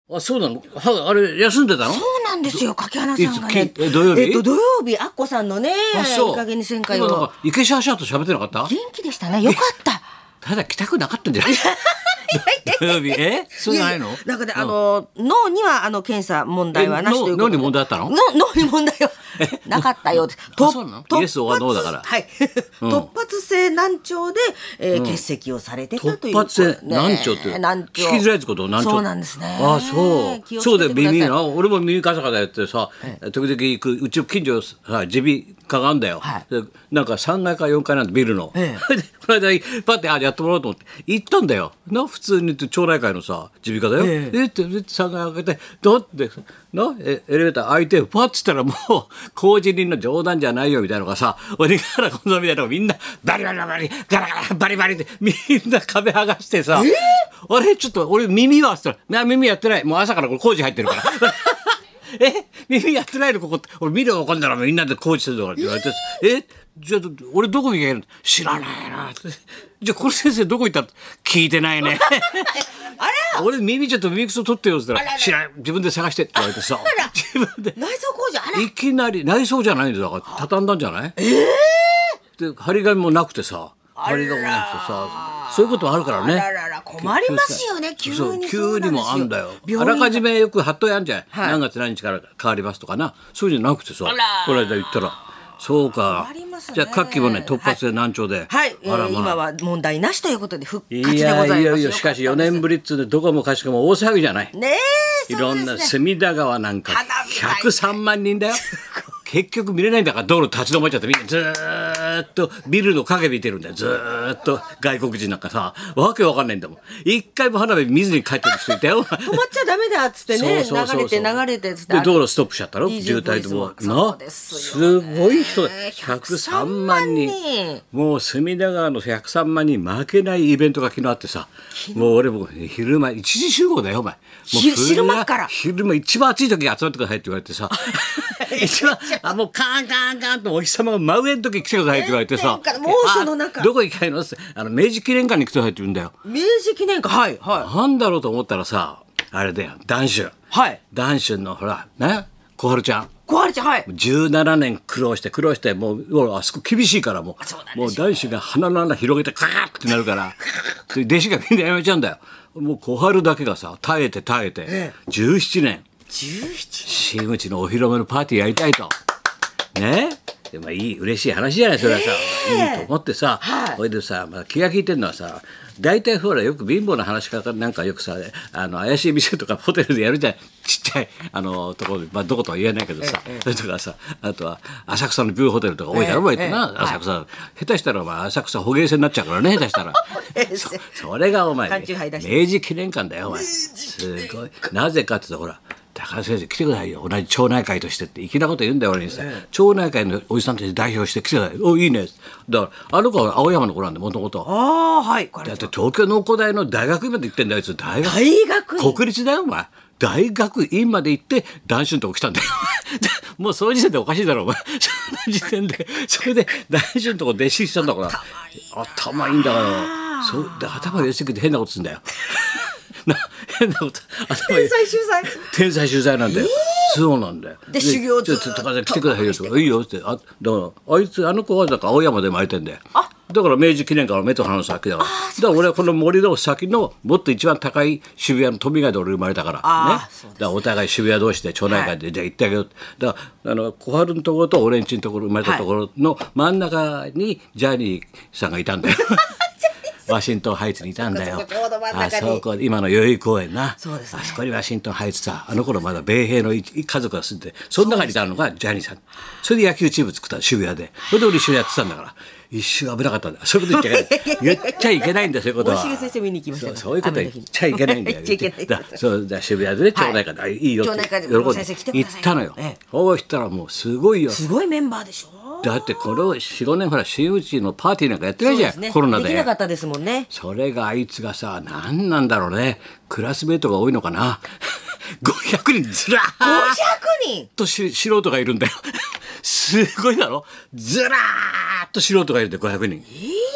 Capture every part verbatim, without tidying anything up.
あ、そうなの。は、あれ休んでたの？ そうなんですよ、柿花さんがいね。 つきえ土曜日えっと土曜日、アッコさんのね、 あ、そう。 いい加減に旋回を。 今なんか池シャーシャーと喋ってなかった？ 元気でしたね。よかった。 ただ来たくなかったんじゃない？土曜日、え、そうじゃないの？ なんかね、あの脳にはあの検査問題はなしということで。 脳に問題あったの？ の脳に問題はなかったようです。 あ、そうなの？イエスオアノーだから。 はい。突発性難聴でえ欠席をされてたという。 突発性難聴って難聴。 聞きづらいってこと？難聴。 そうなんですね。 あ、そう。そうで耳な。俺も耳カサカサやってさ、時々行くうちの近所さ耳鼻科があんだよ。なんかさんがいかよんかいなんてビルの。この間パッてあやってもらおうと思って行ったんだよ。な普通に町内会のさ耳鼻科だよ。えってさんがい開けてどうってなエレベーター開いてパッつったらもう工事人の冗談じゃないよみたいなのがさ、俺からこのみたいなのがみんなバリバリバリガラガラバリバリってみんな壁剥がしてさ、あれちょっと俺耳はっつったら耳やってない、もう朝からこれ工事入ってるから。え耳やってないのここって俺見れば分かんだらみんなで工事してるとかって言われて、えじゃあ俺どこに行けるの？知らないなって。じゃあこの先生どこ行ったの？聞いてないね。あら俺耳ちょっと耳くそ取ってよって言ったら知らない、自分で探してって言われてさ、自分で内装工事、あらいきなり内装じゃないんだよ、だから畳んだんじゃない？えー、で張り紙もなくてさ、張り紙もなくてさ、そういうこともあるからね。 あらら困りますよね、急に。そう急にもあんだよ。あらかじめよく貼っとやんじゃん、はい、何月何日から変わりますとかな、そういうのなくてさ、この間言ったらそうか、ね、じゃあ各期もね突発性難聴で、 はい、はい、あら、まあ、えー、今は問題なしということで復活でございます。 いやいやいや、しかしよねんぶりっつうでどこもかしこも大騒ぎじゃない。 ねえ、 いろんな隅田川なんかひゃくさんまんにんだよ。結局見れないんだから道路立ち止まっちゃってみんなずーっとビルの影見てるんだよ。ずーっと外国人なんかさわけわかんないんだもん。一回も花火見ずに帰ってる人いたよ。 止まっちゃダメだっつってね、流れて流れてっつってで道路ストップしちゃったろ、渋滞でもな、すごい人ひゃくさんまんにん、もう隅田川のひゃくさんまんにん負けないイベントが昨日あってさ、もう俺も昼間いちじ集合だよお前。もう昼間から昼間一番暑い時に集まってくださいって言われてさ一番あもうカンカンカンとお日様が真上の時に来てくださいって言われてさ、 猛暑の中どこ行きたいのってあの明治記念館に来てくださいって言うんだよ。 明治記念館、はいはい。 なんだろうと思ったらさ、あれだよ、男子、はい、男子のほらね、小春ちゃん小春ちゃん、はい、 じゅうななねん苦労して苦労してもうあそこ厳しいからもうもう男子が鼻の穴広げてカーってなるから弟子がみんなやめちゃうんだよ。もう小春だけがさ耐えて耐えて、ええ、じゅうななねんじゅうなな真打ちのお披露目のパーティーやりたいとね。でまあいい嬉しい話じゃないそれはさ、えー、いいと思ってさ、はい、それでさ、まあ、気が利いてるのはさ、大体ほらよく貧乏な話し方なんかよくさあの怪しい店とかホテルでやるじゃん、ちっちゃいあのところで、まあ、どことは言えないけどさ、えー、それとかさあとは浅草のビューホテルとか多いだろお前、えー、ってな、えー、浅草、はい、下手したらお前浅草捕鯨船になっちゃうからね下手したらそ, それがお前、ね、明治記念館だよお前。すごいなぜかって言ったらほら高橋先生来てくださいよ、同じ町内会としてって粋なこと言うんだよ俺にさ、ええ、町内会のおじさんたち代表して来てください。おいいね。だからあの子は青山の子なんでもともと。 ああはい。 だって東京農工大の大学院まで行ってんだよ。大学大学院国立だよお前。大学院まで行って男子のとこ来たんだよもうその時点でおかしいだろお前その時点でそれで男子のとこ弟子したんだから頭いいんだからそうで頭寄せてくれて変なことするんだよな変なこと天才秀才天才秀才なんだよ、えー、そうなんだよ。 で修行ちょっと高田来てくださいよとかいいよってあだからあいつあの子はだから青山で生まれてんだよ。だから明治記念館の目と鼻の先だからだから俺はこの森の先のもっと一番高い渋谷の富ヶ谷で俺生まれたからね。だからお互い渋谷同士で町内会で、はい、じゃあ行ってあげようだからあの小春のところと俺んちのところ生まれたところの真ん中にジャニーさんがいたんだよワシントンハイツにいたんだよ。あそこ今の代々木公園な、そうです、ね、あそこにワシントンハイツさあの頃まだ米兵の家族が住んでその中にいたのがジャニーさん。それで野球チーム作った渋谷でそれで俺一緒にやってたんだから一瞬危なかったんだ。そういうこと言っちゃいけない言っちゃいけないんだそういうことは。 大重先生見に行きました。 そう、そういうこと言っちゃいけないんだよだそうだ渋谷でね町内会で、はい、いいよって喜んで行ったのよ。そうしたらもうすごいよ。 すごいメンバーでしょ。 だってこのよん、ごねんほら真打ちのパーティーなんかやってないじゃん、ね、コロナでできなかったですもんね。 それがあいつがさ何なんだろうねクラスメートが多いのかなごひゃくにんずらーごひゃくにんとし素人がいるんだよすごいだろずらーっと素人がいるんだよごひゃくにん、えー、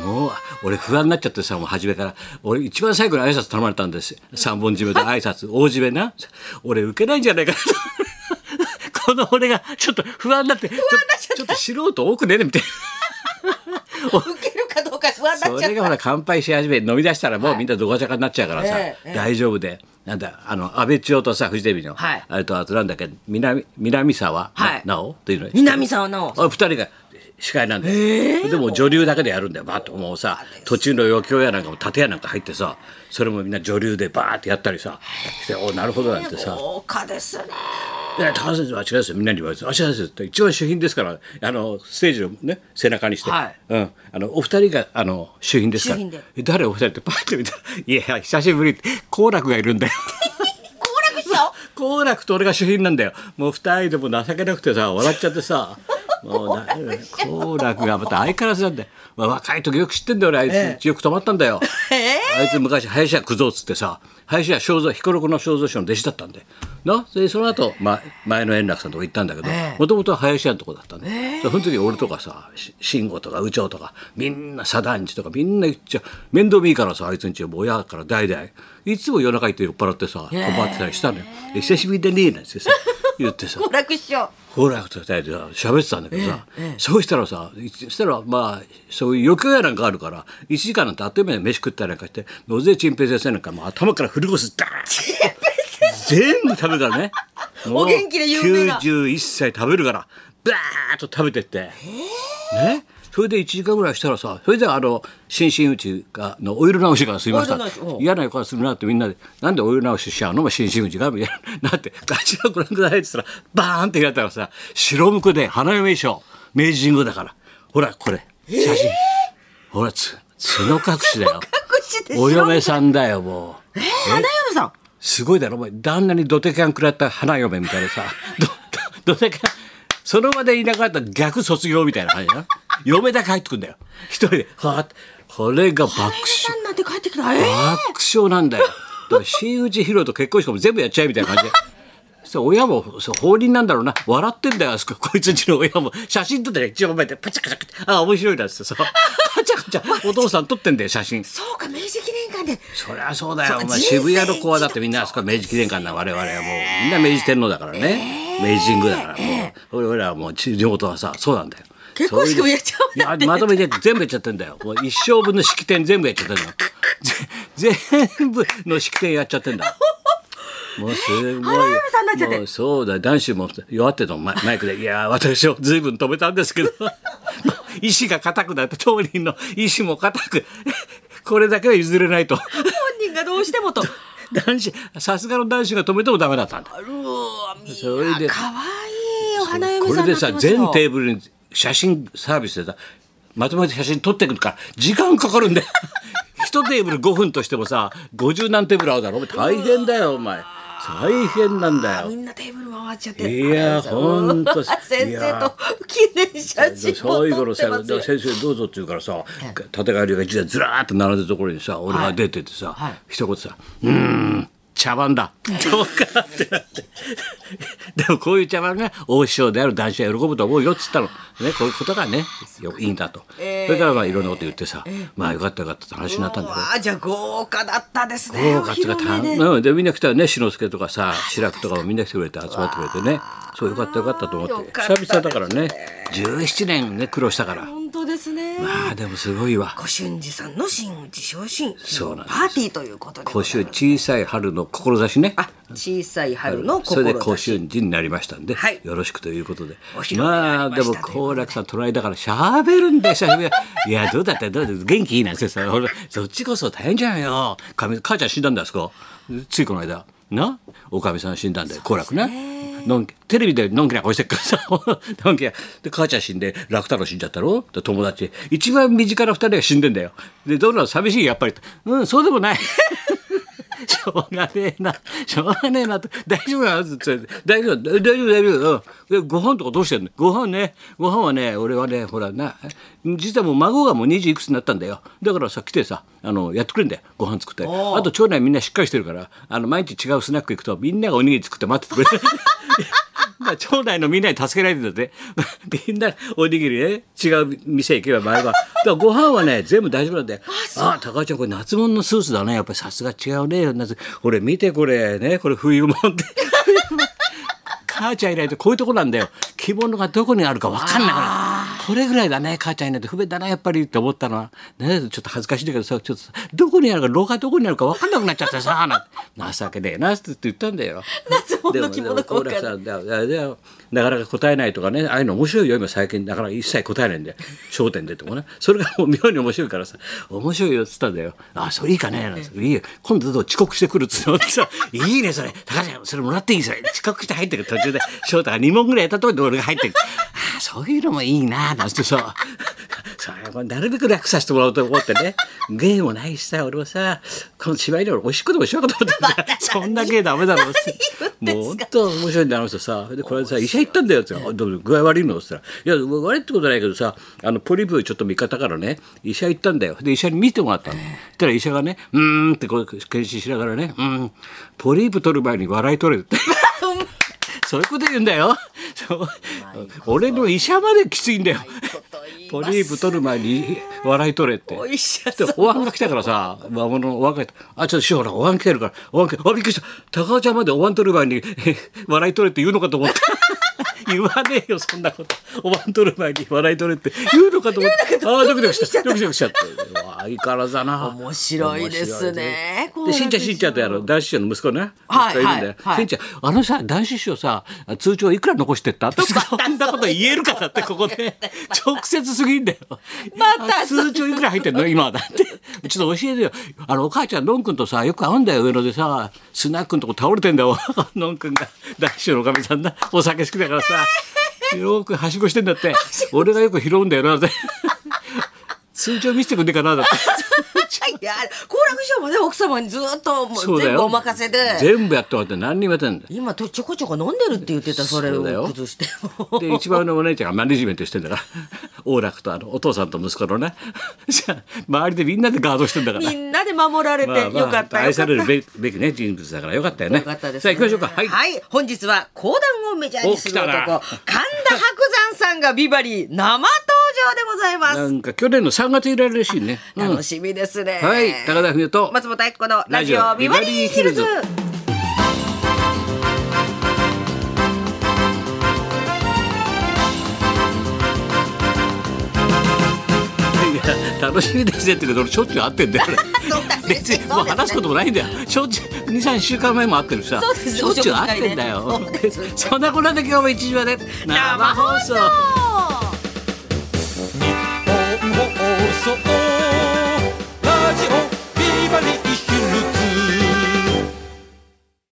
もう俺不安になっちゃってさ、もう初めから俺一番最後に挨拶頼まれたんです。三本締めで挨拶大締めな。俺受けないんじゃないかなとこの俺がちょっと不安になって、ちょちょっと素人多くねえみたいな受けるかどうか不安になっちゃった。 それがほら乾杯し始め飲み出したらもうみんなどがちゃかになっちゃうからさ、 ええ大丈夫で、なんだあの安倍千代とさフジテレビの、 はいあれとあとなんだっけ南南沢はいなおっていうの南沢直あ二人が司会なんだよ、でも女流だけでやるんだよ。バーッともうさ途中の余興やなんかも縦やなんか入ってさ、それもみんな女流でバーッてやったりさして、おなるほどなんてさ、 豪華ですね。 いや高橋先生は違いですよみんなに言われて、あ違いですよって一番主賓ですからあのステージをね背中にして、 はいうん、あのお二人があの主賓ですから、 主賓でえ誰お二人ってパッと見たらいや久しぶり好楽がいるんだよ好楽師匠好楽と俺が主賓なんだよ。もう二人でも情けなくてさ笑っちゃってさもうな好楽がまた相変わらずなんだよ、まあ、若い時よく知ってんだよ俺あいつ、 ええよく泊まったんだよ、 えあいつ昔林家九蔵っつってさ、林家正蔵彦六の正蔵師匠の弟子だったんでな。それでその後、ま、前の円楽さんとこ行ったんだけどええもともとは林家のとこだったんで、その時俺とかさし慎吾とか右長とかみんな左団次とかみんな行っちゃう面倒見いいからさ、あいつんちも親から代々いつも夜中行って酔っ払ってさえ困ってたりしたのよ。で久しぶりでねえなんてさ言ってさ好楽師匠。 好楽と二人でさ喋ってたんだけどさ、そうしたらさそしたらまあそういう余興やなんかあるからいちじかんなんてあっという間に飯食ったりなんかして、野瀬チンペイ先生なんかもう頭からフルコースダーッ全部食べるからねもうお元気で有名なきゅうじゅういっさい食べるからバーッと食べてって、ねそれでいちじかんぐらいしたらさ、それであの新真打ちがのオイル直しが済みましたオイル直しおう嫌な予感するなってみんなでなんでオイル直ししちゃうのも新真打ちがみたいななってガチャご覧くださいって言ったらバーンって開いたらさ白むくで花嫁衣装明治神宮だからほらこれ写真、ほらつ角隠しだよ隠してお嫁さんだよもうえー、花嫁さん。 すごいだろお前旦那にドテキャン食らった花嫁みたいなさドドドテキャンその場でいなかったら逆卒業みたいな感じな嫁だけ入ってくんだよ一人ではあこれが爆笑さんなんて帰ってきた。えー、 爆笑なんだよ。だから新内博と結婚式も全部やっちゃえみたいな感じで。そう親もそう放任なんだろうな笑ってんだよあそここいつんちの親も写真撮ってね一応前でパチャカチャカチャあ面白いなっつってさパチャカチャお父さん撮ってんだよ写真。 そうか明治記念館で。 そりゃそうだよそうお前渋谷の子はだってみんなあそこは明治記念館な我々はもうみんな明治天皇だからね、明治神宮だからもう俺らはもう地元はさそうなんだよ。 結婚式もやっちゃうんだって。 いやまとめて全部やっちゃってんだよもう一生分の式典全部やっちゃってんだよぜ全部の式典やっちゃってんだもうすごい花嫁さんになっちゃってもうそうだ男子も弱ってたのママイクで「いや私を随分止めたんですけど意志が固くなって当人の意志も固くこれだけは譲れないと本人がどうしてもと。 男子さすがの男子が止めてもダメだったんだ。 うわみそれでんな可愛いお花嫁これでささんになってますよ。 全テーブルに写真サービスでさまとめて写真撮ってくるから時間かかるんだよ一テーブルごふんとしてもさごじゅう何テーブルあるだろお前大変だよお前大変なんだよみんなテーブル回っちゃって。 いやほんと先生と記念写真も最後のさ撮ってますよ。 先生どうぞって言うからさ縦替わりが一台ずらーっと並んでるところにさ俺が出ててさ、 はい一言さ「うーん茶番だ」どうかってなってでもこういう茶番が大師匠である男子は喜ぶと思うよっつったの、ね、こういうことがねよいいんだと、 えーそれからまあいろんなこと言ってさ、まあよかったよかったって話になったんだけど。 あじゃあ豪華だったですね。 豪華っていうかお披露目でうん、でみんな来たらね志の輔とかさ志らくとかもみんな来てくれて集まってくれてねそうよかったよかったと思ってよかったです久々だからねじゅうななねんね苦労したから本当ですね。 まあでもすごいわご春次さんの真打ち昇進そうなんですパーティーということでございます。 小春小さい春の志ねあ小さい春のそれで小志。 春寺になりましたんで、 はいよろしくということでお披露目があまあでりましたも好楽さん隣だからしゃべるんだよしゃべるいやどうだったどうだった元気いいなんてさ俺そっちこそ大変じゃんよかみ母ちゃん死んだんだよあそこついこの間なおかみさん死んだんだよ好楽ねのんテレビでのんきな顔してっからさのんきなで母ちゃん死んで楽太郎死んじゃったろで友達一番身近な二人が死んでんだよでどうなの寂しいやっぱりうんそうでもないしょうがねえなしょうがねえなと大丈夫なのって大丈夫大丈夫大丈夫、うん、ご飯とかどうしてんのご飯ねご飯はね俺はねほらな実はもう孫がもうにじゅういくつになったんだよだからさ来てさあのやってくれんだよご飯作ってあと町内みんなしっかりしてるからあの毎日違うスナック行くとみんながおにぎり作って待っててくれる町内のみんなに助けられてるんだってみんなおにぎりね違う店行けば前はだからご飯はね全部大丈夫なんでああ高橋ちゃんこれ夏物のスーツだねやっぱりさすが違うね夏これ見てこれねこれ冬物って母ちゃんいないとこういうとこなんだよ着物がどこにあるか分かんないからこれぐらいだね母ちゃんいないと不便だなやっぱりって思ったのはねちょっと恥ずかしいんだけどさちょっとどこにあるか廊下どこにあるか分かんなくなっちゃってさなんて情けねえなって言ったんだよ夏物の着物が分かんないでもでもこれさだだなかなか答えないとかねああいうの面白いよ今最近だから一切答えないんで笑点でとかねそれがもう妙に面白いからさ面白いよっつったんだよあそれいいかねなんていいよ今度どう遅刻してくるっつってさいいねそれ高橋それもらっていいそれ遅刻して入ってくる途中で翔太がに問ぐらいやったところで俺が入ってくるああそういうのもいいななんてさそれなるべく楽させてもらおうと思ってね芸もないしさ俺はさこの芝居で俺おしっこでもしようかと思ってそんな芸ダメだろもう本当面白いんだあの人さでこれさ医者行ったんだよって具合悪いのって言ったらいや悪いってことないけどさあのポリプちょっと見方からね医者行ったんだよで医者に見てもらったのそしたら医者がねうーんってこう検視しながらねうんポリープ取る前に笑い取れるってそういうこと言うんだよ俺の医者まできついんだよポリープ取る前に笑い取れってお医者でお椀が来たからさ魔物のお椀が来たあちょっと師匠ほらお椀来てるからお椀来あびっくりした高尾ちゃんまでお椀取る前に笑い取れって言うのかと思った言わねえよそんなことお椀取る前に笑い取れって言うのかと思ってああドキドキしたドキドキしちゃって相変わらずだな面白いですねでしんちゃんしんちゃんってあの男子師匠の息子ねはい息子いるんだよ、 はいはいしんちゃんあのさ男子師匠さ通帳いくら残してったってそんなこと言えるかだってここで直接すぎんだよまた通帳いくら入ってんの今だってちょっと教えてよあのお母ちゃんのんくんとさよく会うんだよ上野でさスナックのとこ倒れてんだよのんくんが男子師匠のおかみさんなお酒好きだからさよくはしごしてんだって俺がよく拾うんだよなって通帳見せてくんねえかなだっていや好楽師匠もね奥様にずっともう全部お任せで全部やってもらって何にもやってんだよ今とちょこちょこ飲んでるって言ってたそれを崩してもで一番のお姉ちゃんがマネジメントしてんだから王楽とあのお父さんと息子のねじゃあ周りでみんなでガードしてんだからみんなで守られて、 まあまあよかった愛されるべべきね人物だからよかったよねよかったですねさあ行きましょうかはい、 はい、本日は講談をメジャーにするお来たな男神田伯山さんがビバリー生登場でございますなんか去年のさんがつ以来らしいね、うん楽しみですね、 はい高田文夫と松本明子のラジオビバリーヒルズ。 いや楽しみですねって言うけど俺しょっちゅう会ってんだよ別にもう話すこともないんだよしょっちゅうにさんしゅうかんまえも会ってるしさしょっちゅう会ってんだよそんなこんなで今日も一時まで生放送日本放送ラジオビバリー